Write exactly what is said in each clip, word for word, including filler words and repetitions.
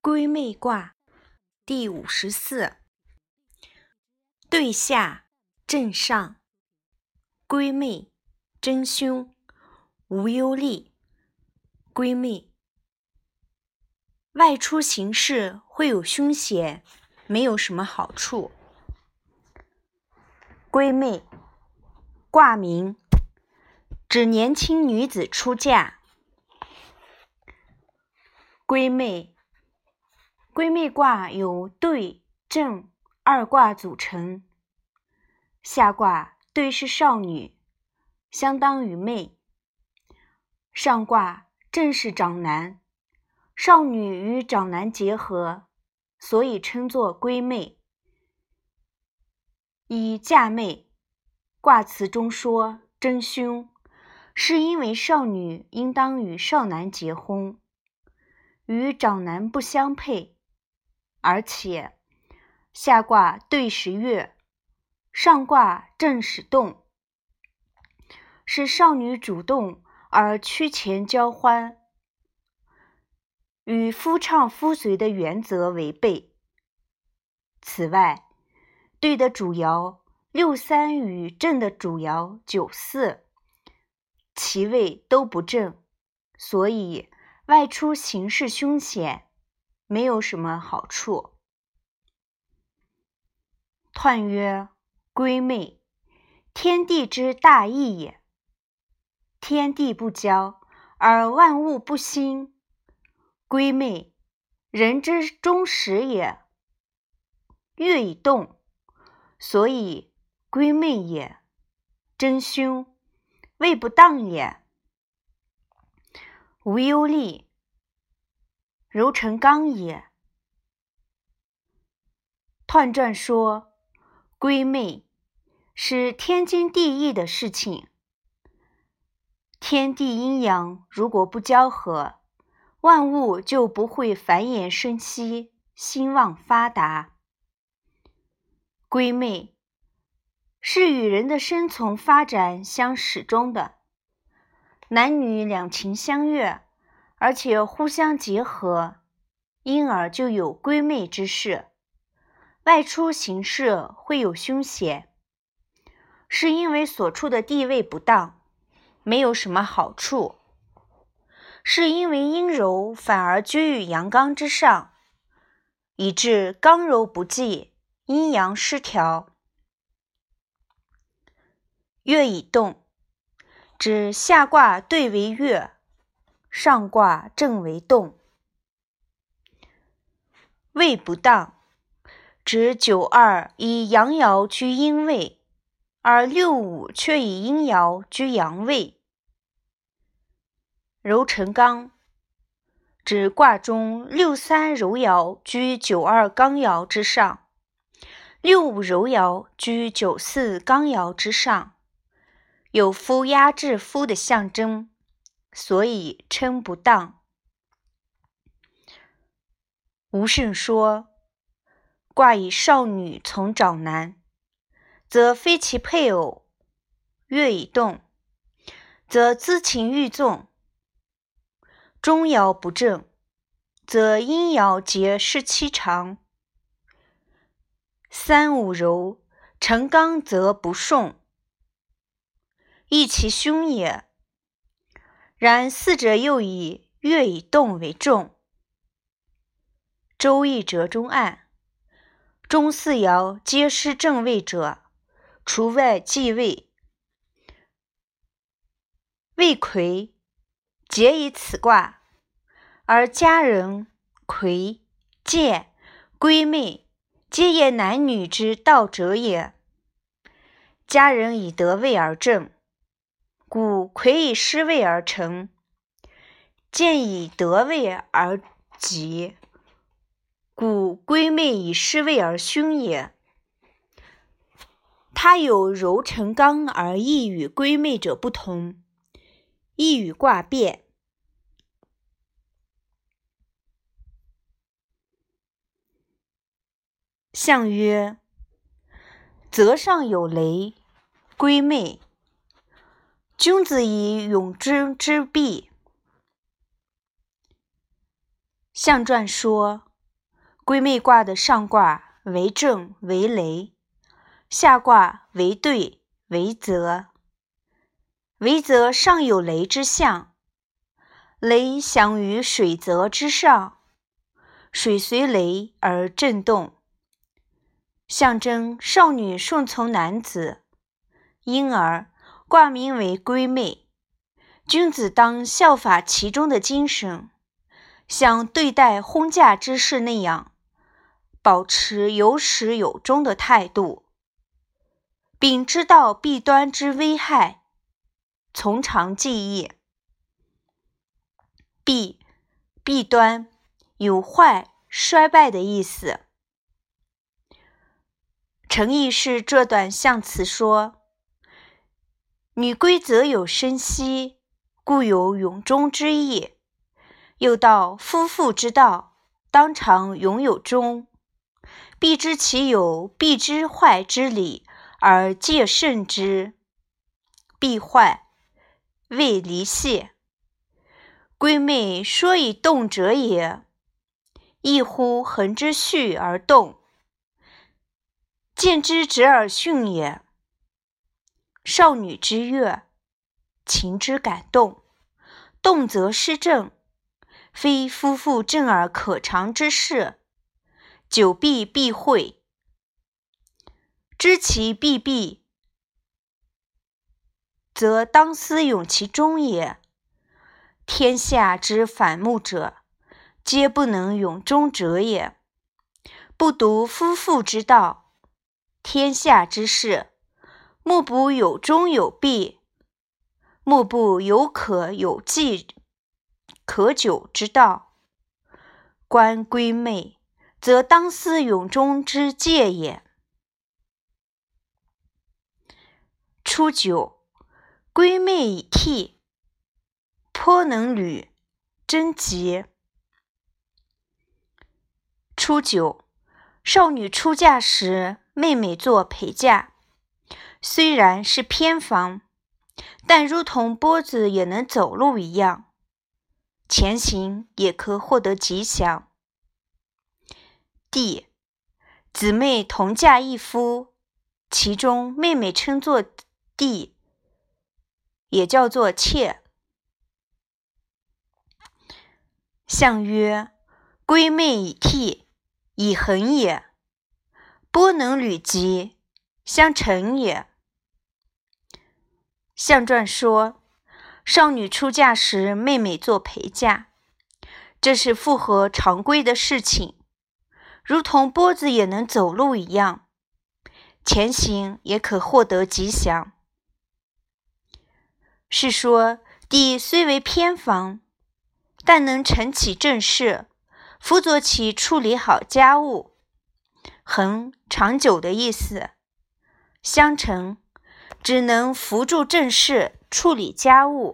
归妹卦第五十四，对下震上，归妹真凶，无忧虑。归妹外出行事会有凶险，没有什么好处。归妹卦名，指年轻女子出嫁。归妹归妹卦由兑、震二卦组成。下卦兑是少女，相当于妹；上卦震是长男，少女与长男结合，所以称作归妹。以嫁妹卦辞中说真凶，是因为少女应当与少男结婚，与长男不相配。而且下卦兑时月，上卦震时动，是少女主动而趋前交欢，与夫唱妇随的原则违背。此外，兑的主爻六三与震的主爻九四，其位都不正，所以外出行事凶险，没有什么好处。彖曰：归妹，天地之大义也。天地不交，而万物不兴。归妹，人之终始也。月以动，所以归妹也。真凶，位不当也。无忧虑，柔成刚也。彖传说，归妹是天经地义的事情。天地阴阳如果不交合，万物就不会繁衍生息，兴旺发达。归妹是与人的生存发展相始终的，男女两情相悦，而且互相结合，因而就有归妹之事。外出行事会有凶险，是因为所处的地位不当，没有什么好处，是因为阴柔反而居于阳刚之上，以致刚柔不济，阴阳失调。月以动，指下卦兑为月，上卦震为动。位不当，指九二以阳爻居阴位，而六五却以阴爻居阳位。柔成刚，指卦中六三柔爻居九二刚爻之上，六五柔爻居九四刚爻之上，有夫压制夫的象征，所以称不当。吴胜说，卦以少女从长男，则非其配偶；月以动，则资情欲纵；中爻不正，则阴爻结失期长；三五柔，成刚则不顺，亦其凶也。然四者又以月以动为重。周易折中案，中四爻皆失正位者，除外继位。未癸，皆以此卦，而家人、癸、介、归妹，皆也男女之道者也。家人以得位而正，故癸以失位而成；介以得位而吉，故归妹以失位而凶也。他有柔成刚而易与归妹者不同，易与卦变。象曰：泽上有雷，归妹。君子以勇之之弊。象传说， 归妹卦的上卦为正为雷，下卦为兑为泽。为泽上有雷之象，雷响于水泽之上，水随雷而震动，象征少女顺从男子，因而卦名为归妹。君子当效法其中的精神，像对待婚嫁之事那样，保持有始有终的态度，并知道弊端之危害，从长计议。弊，弊端，有坏、衰败的意思。诚意是这段象辞说：女归则有生息，故有永终之意。又道夫妇之道，当常永有终，必知其有必之坏之理，而戒慎之。必坏，谓离谢。归妹说以动者也，亦乎恒之序而动，见之直而训也。少女之悦，情之感动，动则失正，非夫妇正而可长之事，久必必会。知其必必，则当思永其终也。天下之反目者，皆不能永终者也。不独夫妇之道，天下之事，莫不有终有弊，莫不有可有继可久之道。观归妹，则当思永终之戒也。初九，归妹以替，颇能履，贞吉。初九，少女出嫁时，妹妹做陪嫁，虽然是偏房，但如同波子也能走路一样，前行也可获得吉祥。弟，姊妹同嫁一夫，其中妹妹称作弟，也叫做妾。象曰：归妹以替，以恒也。波能履吉，相成也。象传说，少女出嫁时，妹妹做陪嫁，这是符合常规的事情，如同波子也能走路一样，前行也可获得吉祥。是说，弟虽为偏房，但能承起正事，辅佐其处理好家务。恒，长久的意思。相承，只能扶助正事，处理家务。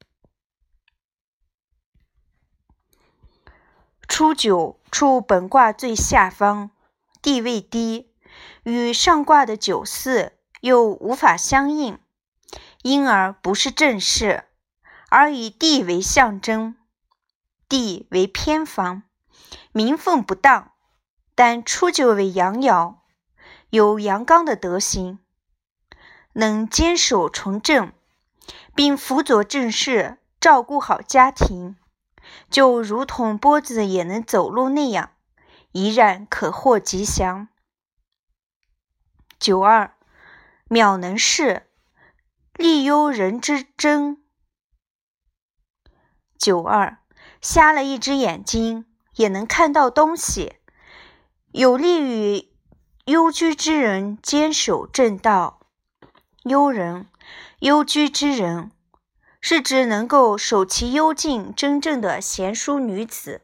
初九处本卦最下方，地位低，与上卦的九四又无法相应，因而不是正事，而以地为象征。地为偏房，名分不当，但初九为阳爻，有阳刚的德行，能坚守从政，并辅佐正事，照顾好家庭，就如同波子也能走路那样，怡然可获吉祥。九二，渺能视，利忧人之争。九二，瞎了一只眼睛，也能看到东西，有利于幽居之人坚守正道。幽人，幽居之人，是指能够守其幽静真正的贤淑女子。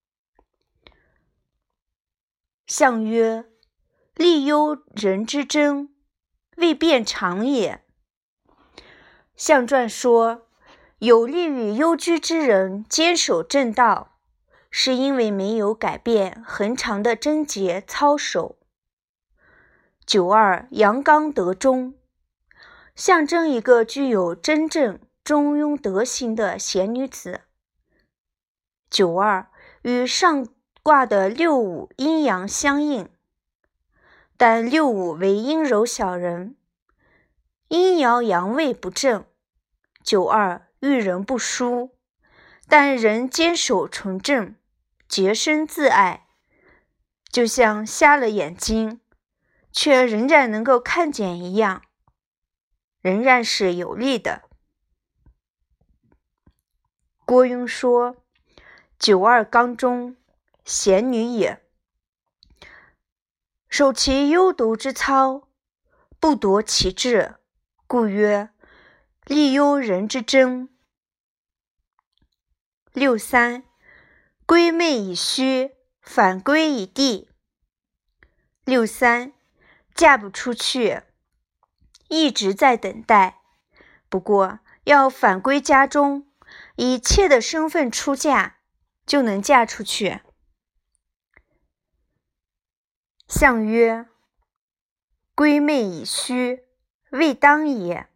象曰：利忧人之争，未变长也。象传说，有利于幽居之人坚守正道，是因为没有改变恒长的贞洁操守。九二，阳刚德忠，象征一个具有真正中庸德行的贤女子。九二与上卦的六五阴阳相应，但六五为阴柔小人，阴爻阳位不正，九二遇人不淑，但人坚守纯正，洁身自爱，就像瞎了眼睛却仍然能够看见一样，仍然是有利的。郭雍说：九二刚中，贤女也，守其幽独之操，不夺其志，故曰利幽人之争。六三，归妹以虚，反归以地。六三，嫁不出去，一直在等待，不过要返归家中，以妾的身份出嫁，就能嫁出去。象曰：归妹以虚，未当也。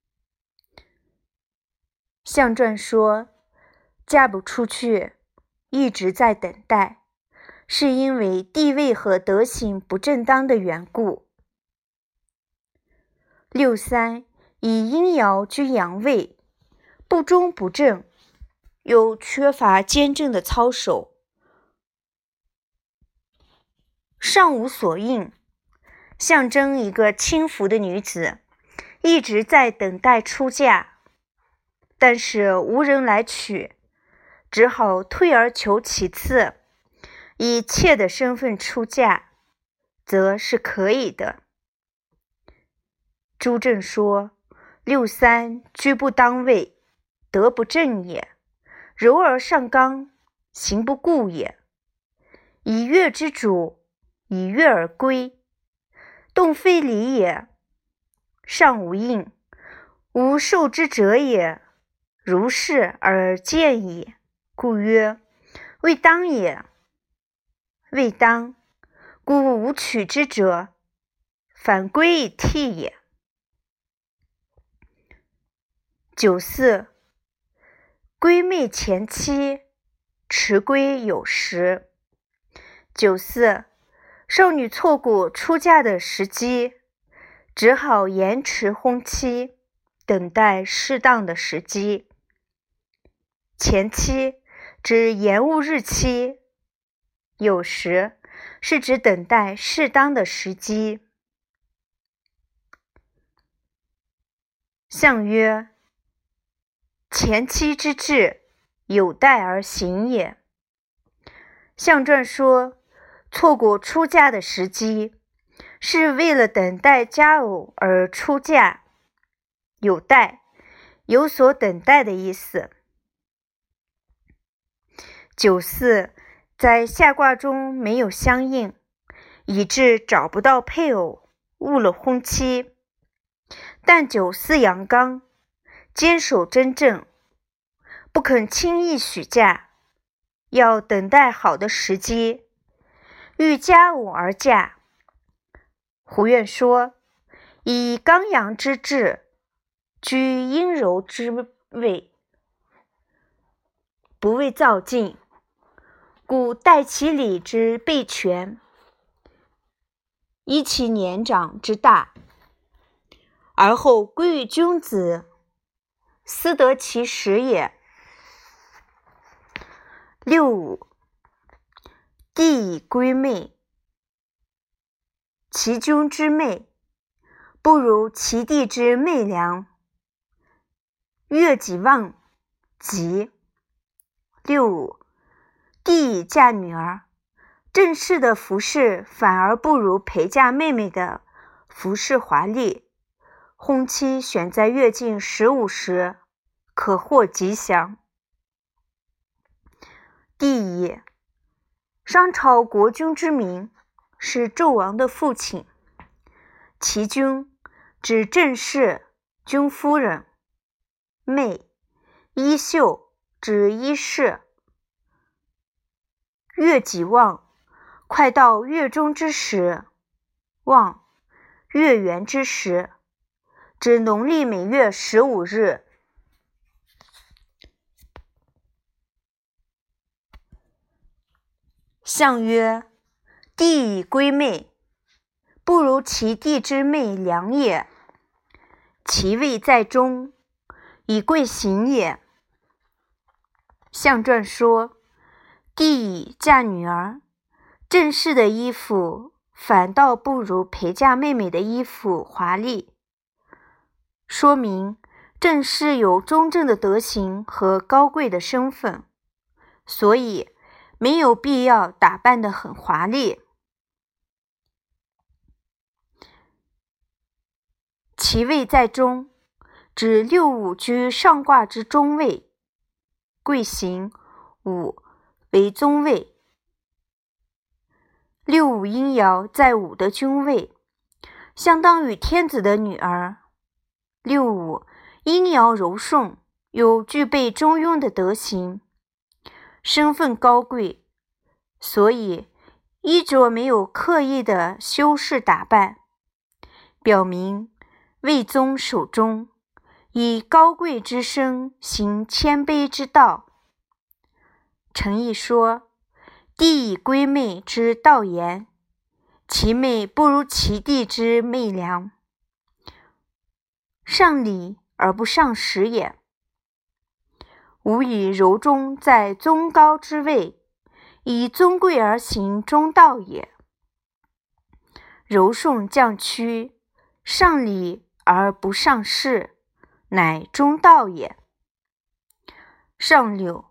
象传说嫁不出去，一直在等待，是因为地位和德行不正当的缘故。六三，以阴爻居阳位，不忠不正，又缺乏坚正的操守，上无所应，象征一个轻浮的女子一直在等待出嫁，但是无人来娶，只好退而求其次，以妾的身份出嫁，则是可以的。朱正说：六三居不当位，德不正也，柔而上刚，行不顾也。以月之主，以月而归，动非礼也，上无应，无受之者也，如是而见矣，故曰未当也。未当，故无取之者，反归以替也。九四，归妹前妻，迟归有时。九四，少女错过出嫁的时机，只好延迟婚期，等待适当的时机。前期指延误日期，有时是指等待适当的时机。象曰：前期之志，有待而行也。象传说错过出嫁的时机，是为了等待佳偶而出嫁，有待，有所等待的意思。九四在下卦中没有相应，以致找不到配偶，误了婚期。但九四阳刚，坚守真正，不肯轻易许嫁，要等待好的时机，遇佳偶而嫁。胡愿说：以刚阳之志，居阴柔之位，不为躁进，故待其礼之备全，依其年长之大，而后归于君子，斯得其时也。六五，地以归妹，其君之妹，不如其地之妹良。月己旺，吉。六五，地以嫁女儿，正式的服饰反而不如陪嫁妹妹的服饰华丽。婚期选在月近十五时，可获吉祥。帝乙，商朝国君之名，是纣王的父亲。其君指正室、君夫人。妹，衣袖指衣饰。月己旺，快到月中之时。旺，月圆之时，指农历每月十五日。 象曰：地以归妹，不如其地之妹良也。其位在中，以贵行也。象传说，帝以嫁女儿，正室的衣服反倒不如陪嫁妹妹的衣服华丽，说明正室有中正的德行和高贵的身份，所以没有必要打扮得很华丽。其位在中，指六五居上卦之中位，贵行五为宗位，六五阴爻在五的君位，相当于天子的女儿。六五阴爻柔顺，又具备中庸的德行，身份高贵，所以衣着没有刻意的修饰打扮，表明位宗守中，以高贵之身行谦卑之道。诚意说，地以归妹之道言，其妹不如其地之妹良，上礼而不上实也。吾以柔中在宗高之位，以尊贵而行中道也。柔顺降屈，上礼而不上事，乃中道也。上六，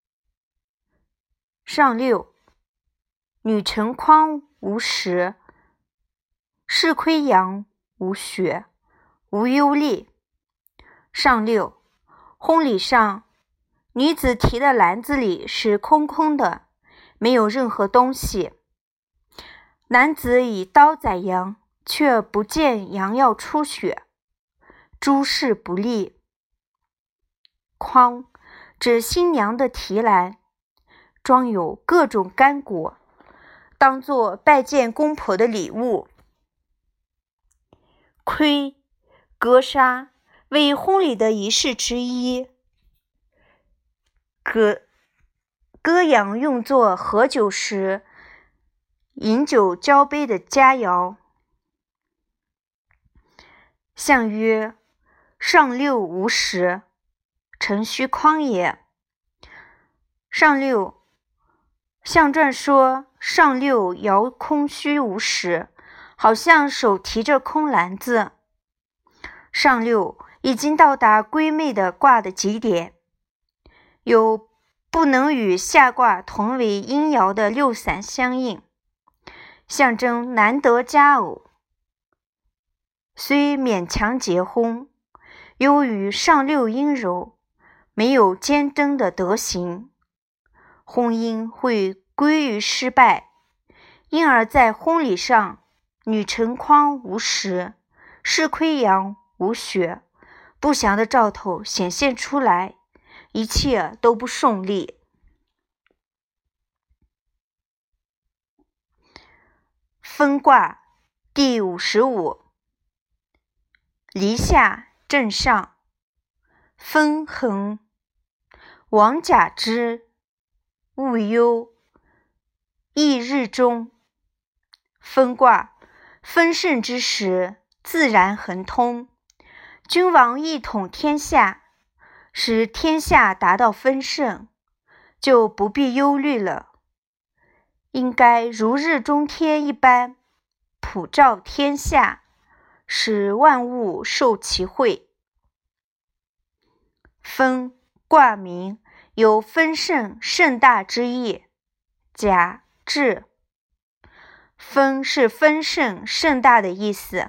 上六，女成筐无实，士亏阳无血，无忧虑。上六，婚礼上，女子提的篮子里是空空的，没有任何东西。男子以刀宰羊，却不见羊要出血，诸事不利。筐指新娘的提篮，装有各种干果，当作拜见公婆的礼物。盔，格纱，为婚礼的仪式之一。歌歌扬用作喝酒时饮酒交杯的佳肴。象曰：上六无实，辰戌筐也。上六，象传说上六爻空虚无实，好像手提着空篮子。上六已经到达归妹的卦的极点，有不能与下卦同为阴爻的六散相应，象征难得佳偶，虽勉强结婚，由于上六阴柔，没有坚贞的德行，婚姻会归于失败，因而在婚礼上，女成筐无实，士亏阳无血，不祥的兆头显现出来，一切都不顺利。分卦第五十五，离下正上，分横，王甲之，勿忧，益日中。分卦分盛之时，自然亨通，君王一统天下，使天下达到分盛，就不必忧虑了，应该如日中天一般，普照天下，使万物受其惠。分卦名有分盛盛大之意，甲至。分是分盛盛大的意思。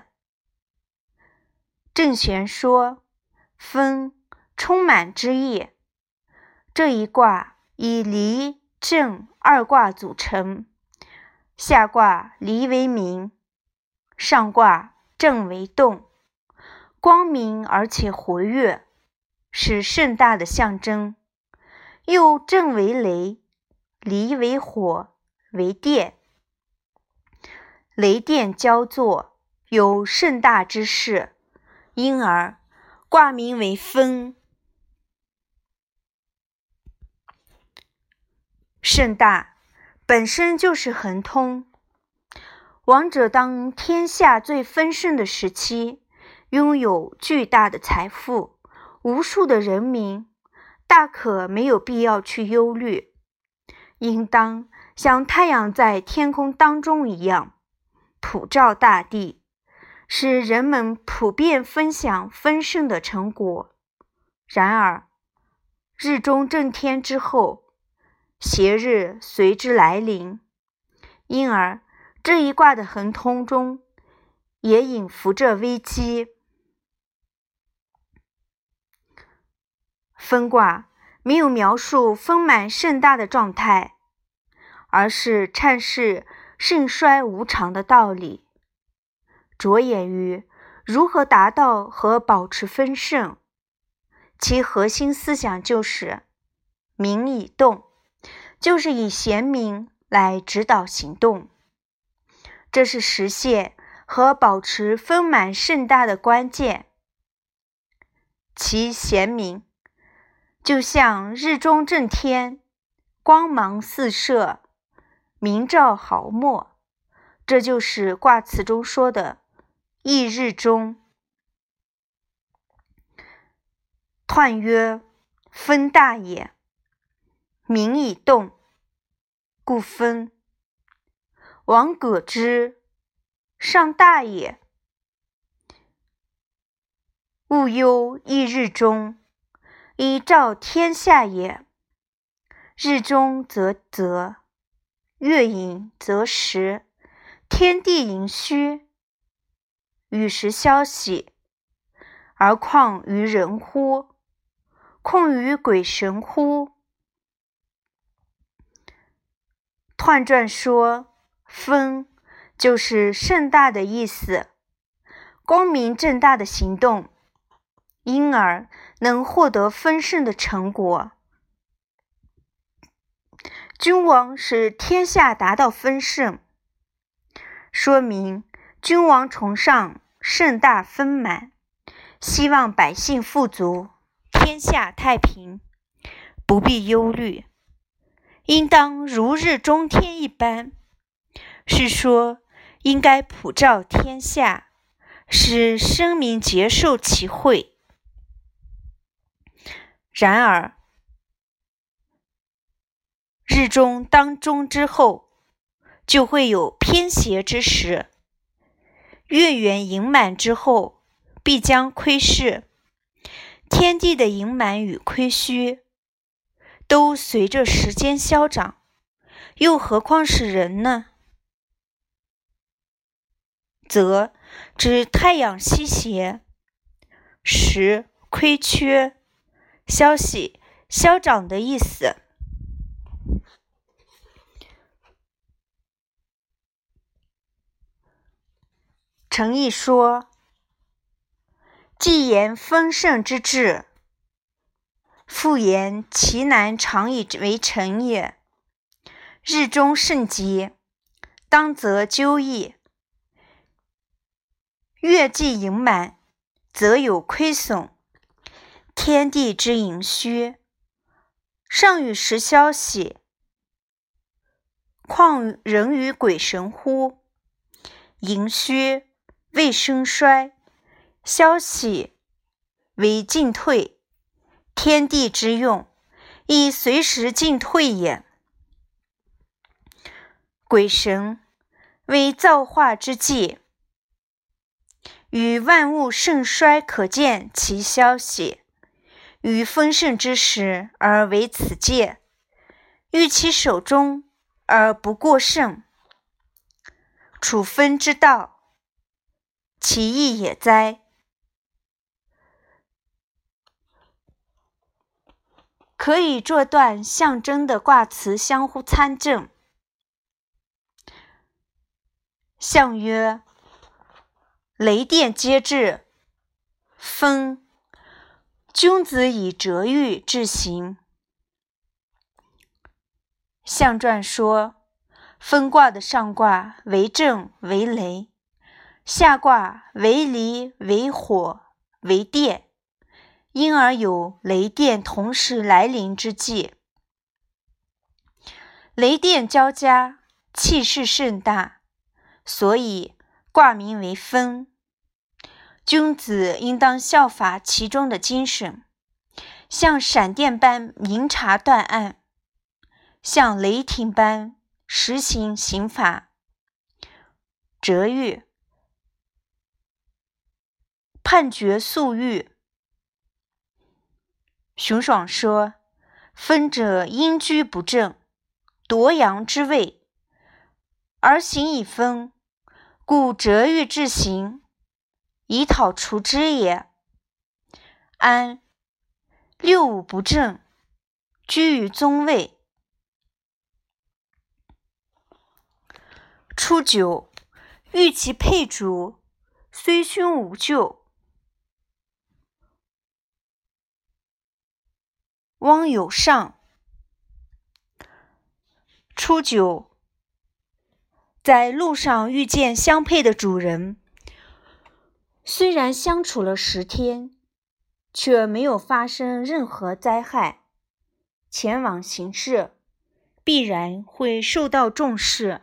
郑玄说，分充满之意。这一卦以离震二卦组成，下卦离为明，上卦震为动，光明而且活跃，是盛大的象征。又震为雷，离为火，为电，雷电交作，有盛大之势，因而卦名为分。盛大本身就是亨通。王者当天下最丰盛的时期，拥有巨大的财富，无数的人民，大可没有必要去忧虑，应当像太阳在天空当中一样，普照大地，使人们普遍分享丰盛的成果。然而，日中正天之后，邪日随之来临，因而这一卦的亨通中也隐伏着危机。丰卦没有描述丰满盛大的状态，而是阐释盛衰无常的道理，着眼于如何达到和保持丰盛。其核心思想就是民以动，就是以贤明来指导行动，这是实现和保持丰满盛大的关键。其贤明就像日中正天，光芒四射，明照毫末，这就是卦辞中说的翌日中。彖曰：丰大也，民以动，故丰。王葛之，上大也。勿忧翌日中，以照天下也。日中则泽，月盈则时，天地盈虚，与时消息，而况于人乎？况于鬼神乎？彖传说，丰就是盛大的意思，光明正大的行动，因而能获得丰盛的成果。君王使天下达到丰盛，说明君王崇尚盛大丰满，希望百姓富足，天下太平，不必忧虑，应当如日中天一般，是说应该普照天下，使生民结受其惠。然而日中当中之后，就会有偏邪之时，月圆盈满之后，必将窥视。天地的盈满与亏虚，都随着时间消长，又何况是人呢？则指太阳西斜，时亏缺，消息消长的意思。程颐说：既言丰盛之至，复言其难常以为成也。日中盛极，当则究矣；月既盈满，则有亏损。天地之盈虚，尚与时消息，况人与鬼神乎？盈虚谓盛衰，消息为进退，天地之用，亦随时进退也。鬼神为造化之际，与万物盛衰可见其消息，于丰盛之时而为此戒，欲其手中而不过盛，处分之道，其义也哉。可以这段象征的卦辞相互参证。象曰：雷电皆至，丰，君子以折欲至行。象传说，丰卦的上卦为震为雷，下卦为离为火为电，因而有雷电同时来临之际。 雷电交加，气势甚大，所以卦名为风。君子应当效法其中的精神，像闪电般明察断案，像雷霆般实行刑法。折喻，判决速狱。熊爽说，风者阴居不正，夺阳之位，而行以风，故折喻之行，以讨除之也。安，六五不正，居于宗位。初九，遇其配主，虽凶无咎。汪有上。初九，在路上遇见相配的主人，虽然相处了十天，却没有发生任何灾害，前往行事必然会受到重视。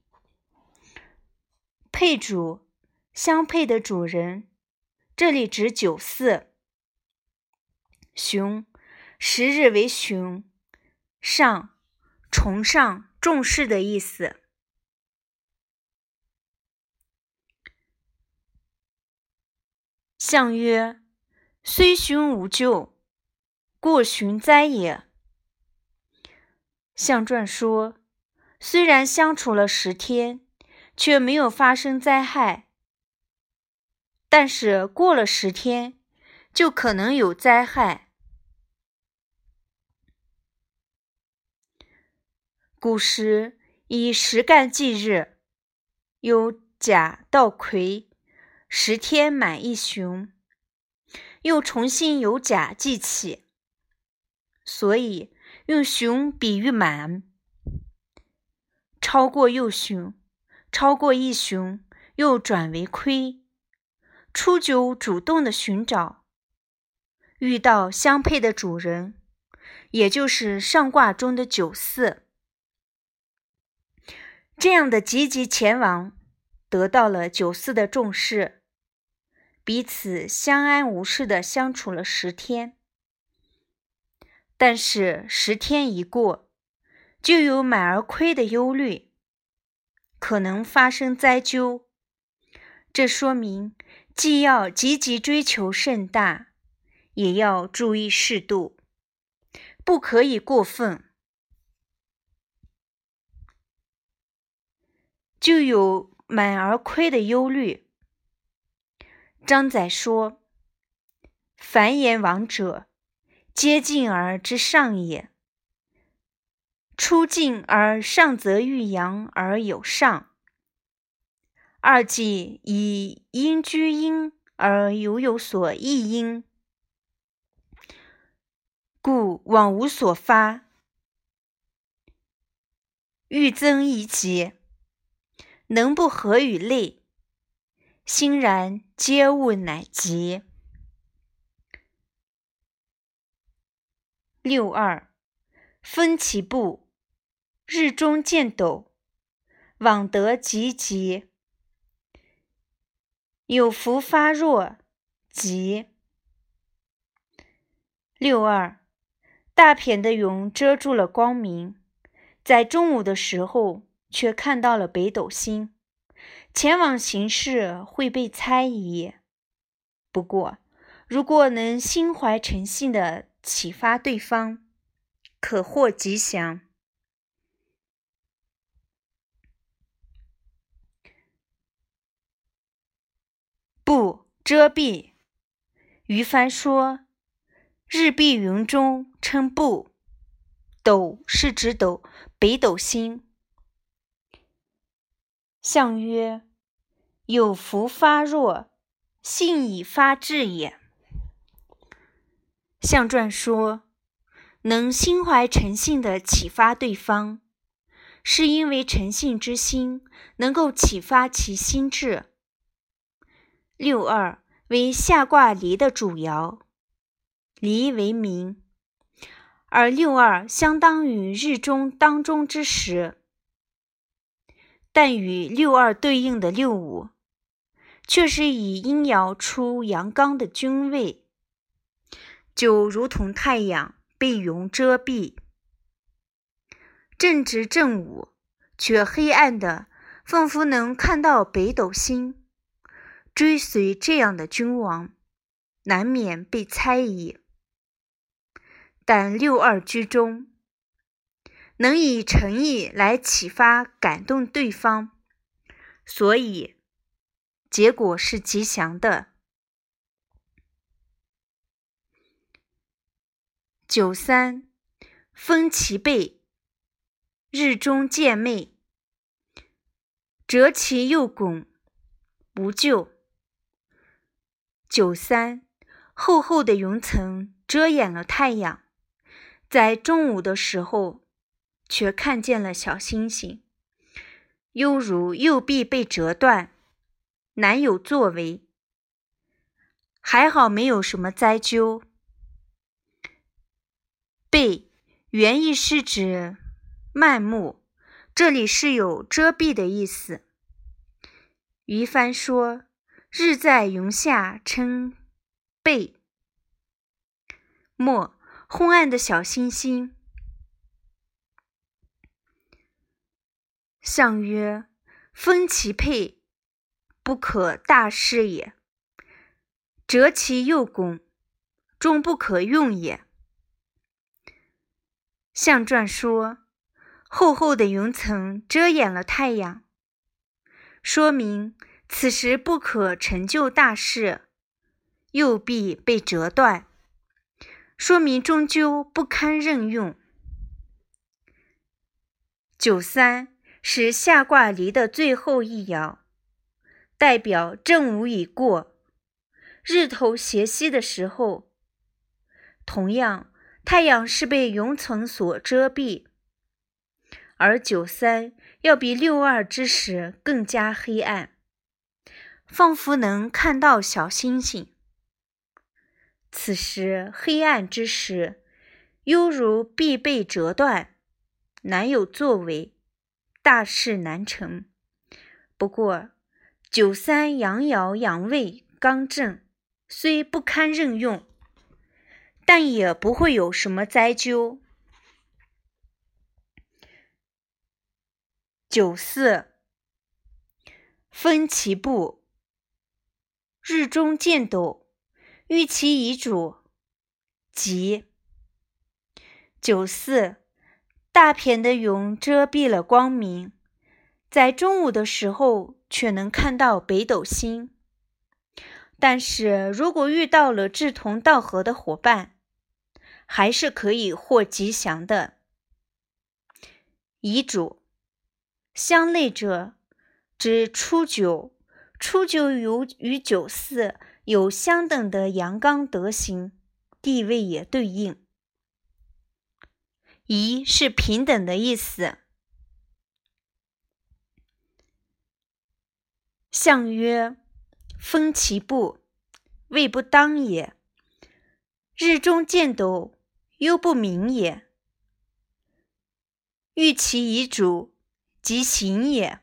配主，相配的主人，这里指九四。雄，时日为雄，上，崇尚重视的意思。象曰，虽雄无咎，过雄哉也。象传说，虽然相处了十天，却没有发生灾害，但是过了十天，就可能有灾害。古时以十干计日，由甲到癸，十天满一雄，又重新由甲计起，所以用雄比喻满。超过又雄，超过一雄，又转为亏。初九主动的寻找，遇到相配的主人，也就是上卦中的九四。这样的积极前往，得到了九四的重视，彼此相安无事地相处了十天。但是十天一过，就有满而亏的忧虑，可能发生灾咎。这说明既要积极追求甚大，也要注意适度，不可以过分。就有满而亏的忧虑。张载说，凡言王者，皆进而之上也。出进而上则欲扬而有上，二季以阴居阴而犹有所益阴，故往无所发，欲增宜急，能不合与类，欣然皆物乃极。六二，分其步，日中见斗，往得急急，有福发弱，急。六二，大片的云遮住了光明，在中午的时候却看到了北斗星，前往行事会被猜疑。不过，如果能心怀诚信地启发对方，可获吉祥。不遮蔽，于帆说，日蔽云中称不，斗是指斗北斗星。象曰，有福发弱，信以发志也。象传说，能心怀诚信地启发对方，是因为诚信之心能够启发其心智。六二为下卦离的主爻，离为明， 而六二相当于日中当中之时，但与六二对应的六五却是以阴爻出阳刚的君位，就如同太阳被云遮蔽，正值正午却黑暗的仿佛能看到北斗星。追随这样的君王难免被猜疑，但六二居中能以诚意来启发感动对方，所以结果是吉祥的。九三，风其背，日中见昧，折其右拱，无咎。九三，厚厚的云层遮掩了太阳，在中午的时候却看见了小星星，犹如右臂被折断，难有作为。还好没有什么灾咎。背原意是指漫目，这里是有遮蔽的意思。于帆说，日在云下称背。末，昏暗的小星星。象曰：风其沛，不可大事也；折其右拱，终不可用也。象传说，厚厚的云层遮掩了太阳，说明此时不可成就大事，右臂被折断，说明终究不堪任用。九三是下卦离的最后一爻，代表正午已过，日头斜西的时候。同样，太阳是被云层所遮蔽，而九三要比六二之时更加黑暗，仿佛能看到小星星。此时黑暗之时，犹如臂被折断，难有作为，大事难成。不过九三阳爻阳位刚正，虽不堪任用，但也不会有什么灾咎。九四，风其步，日中见斗，欲其遗主，吉。九四，大片的云遮蔽了光明，在中午的时候却能看到北斗星。但是如果遇到了志同道合的伙伴，还是可以获吉祥的。遗主，相类者指初九，初九与九四有相等的阳刚德行，地位也对应。仪是平等的意思。象曰：风其步，位不当也；日中见斗，忧不明也。欲其遗主，即行也。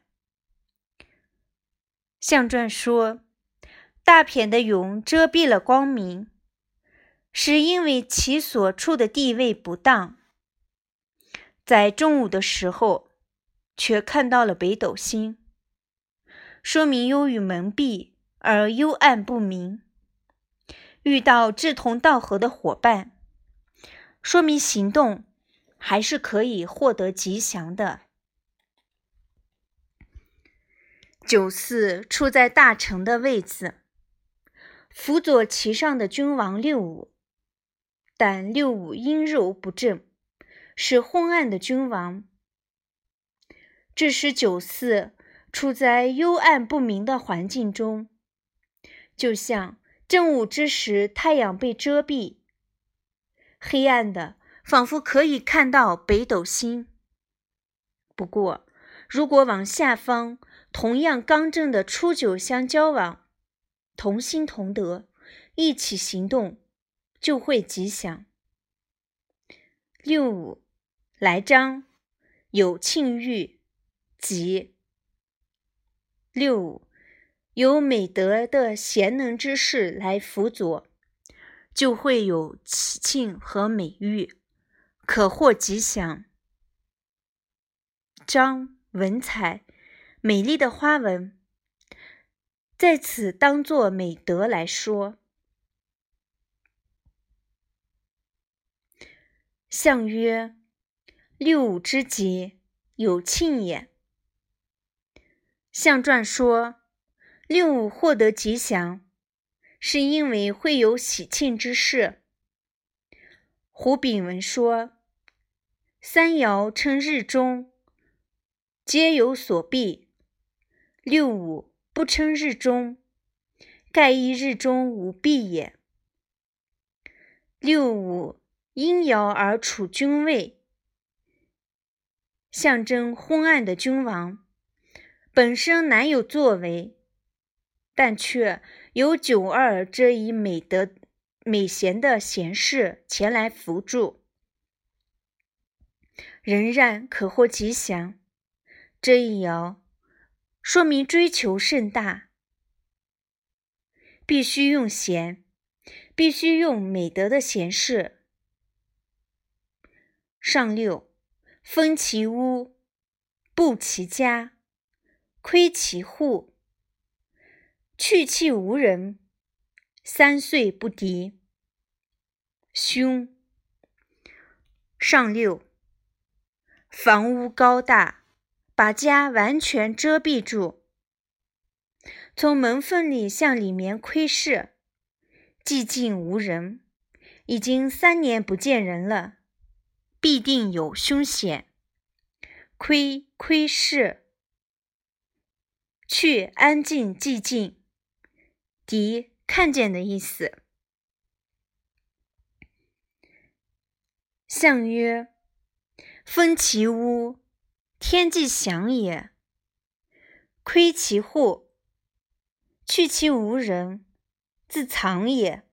象传说，大片的云遮蔽了光明，是因为其所处的地位不当，在中午的时候却看到了北斗星，说明由于蒙蔽而幽暗不明。遇到志同道合的伙伴，说明行动还是可以获得吉祥的。九四处在大成的位置，辅佐其上的君王六五，但六五阴柔不正，是昏暗的君王，这使九四处在幽暗不明的环境中，就像正午之时太阳被遮蔽，黑暗的仿佛可以看到北斗星。不过如果往下方同样刚正的初九相交往，同心同德，一起行动，就会吉祥。 六五，来章，有庆欲，吉。六五，有美德的贤能之士来辅佐，就会有喜庆和美誉，可获吉祥。章，文采，美丽的花纹，在此当作美德来说。象曰：六五之吉，有庆也。象传说，六五获得吉祥，是因为会有喜庆之事。胡炳文说，三爻称日中，皆有所避；六五不称日中，盖亦日中无避也。六五因爻而处君位，象征昏暗的君王，本身难有作为，但却有九二这一美德美贤的贤士前来扶助，仍然可获吉祥。这一爻说明追求甚大，必须用贤，必须用美德的贤士。上六，封其屋，布其家，窥其户，去其无人，三岁不敌。凶。上六，房屋高大，把家完全遮蔽住，从门缝里向里面窥视，寂静无人，已经三年不见人了，必定有凶险。窥窥视，去安静寂静，敌看见的意思。象曰：封其屋，天际祥也；窥其户，去其无人，自藏也。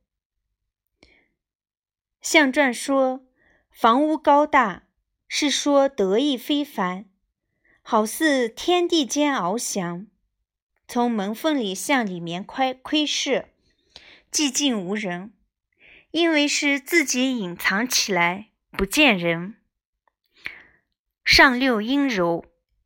象传说房屋高大，是说德艺非凡，好似天地间翱翔，从门缝里向里面窥窥视，寂静无人，因为是自己隐藏起来，不见人。上六阴柔，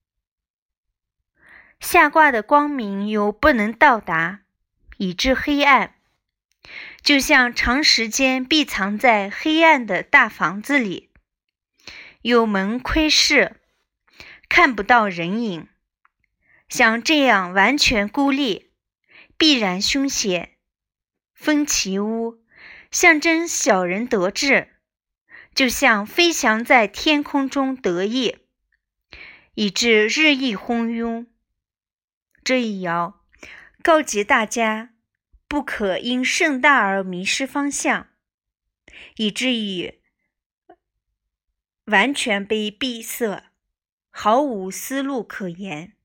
下卦的光明又不能到达，以致黑暗，就像长时间闭藏在黑暗的大房子里，有门窥视，看不到人影，像这样完全孤立，必然凶险。封其屋，象征小人得志，就像飞翔在天空中得意，以致日益昏庸。这一爻告诫大家，不可因盛大而迷失方向，以至于完全被闭塞，毫无思路可言。